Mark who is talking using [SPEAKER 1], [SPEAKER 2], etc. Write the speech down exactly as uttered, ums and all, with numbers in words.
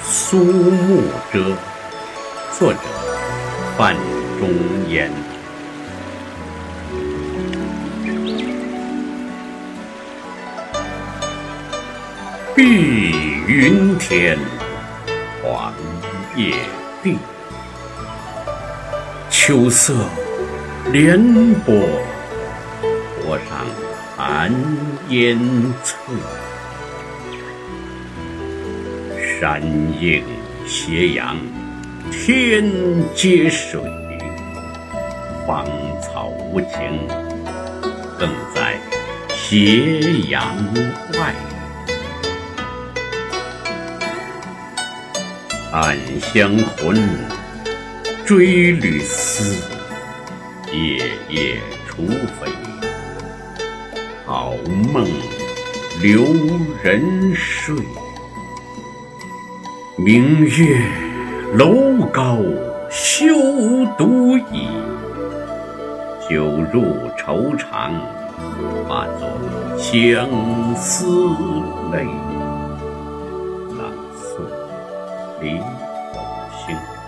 [SPEAKER 1] 苏幕遮，作者范仲淹。碧云天，黄叶地，秋色连波，波上寒烟翠。山映斜阳，天接水，芳草无情，更在斜阳外。暗香魂，追旅思，夜夜雏飞。好梦留人睡，明月楼高休独倚。酒入愁肠，化作相思泪。朗诵李友星。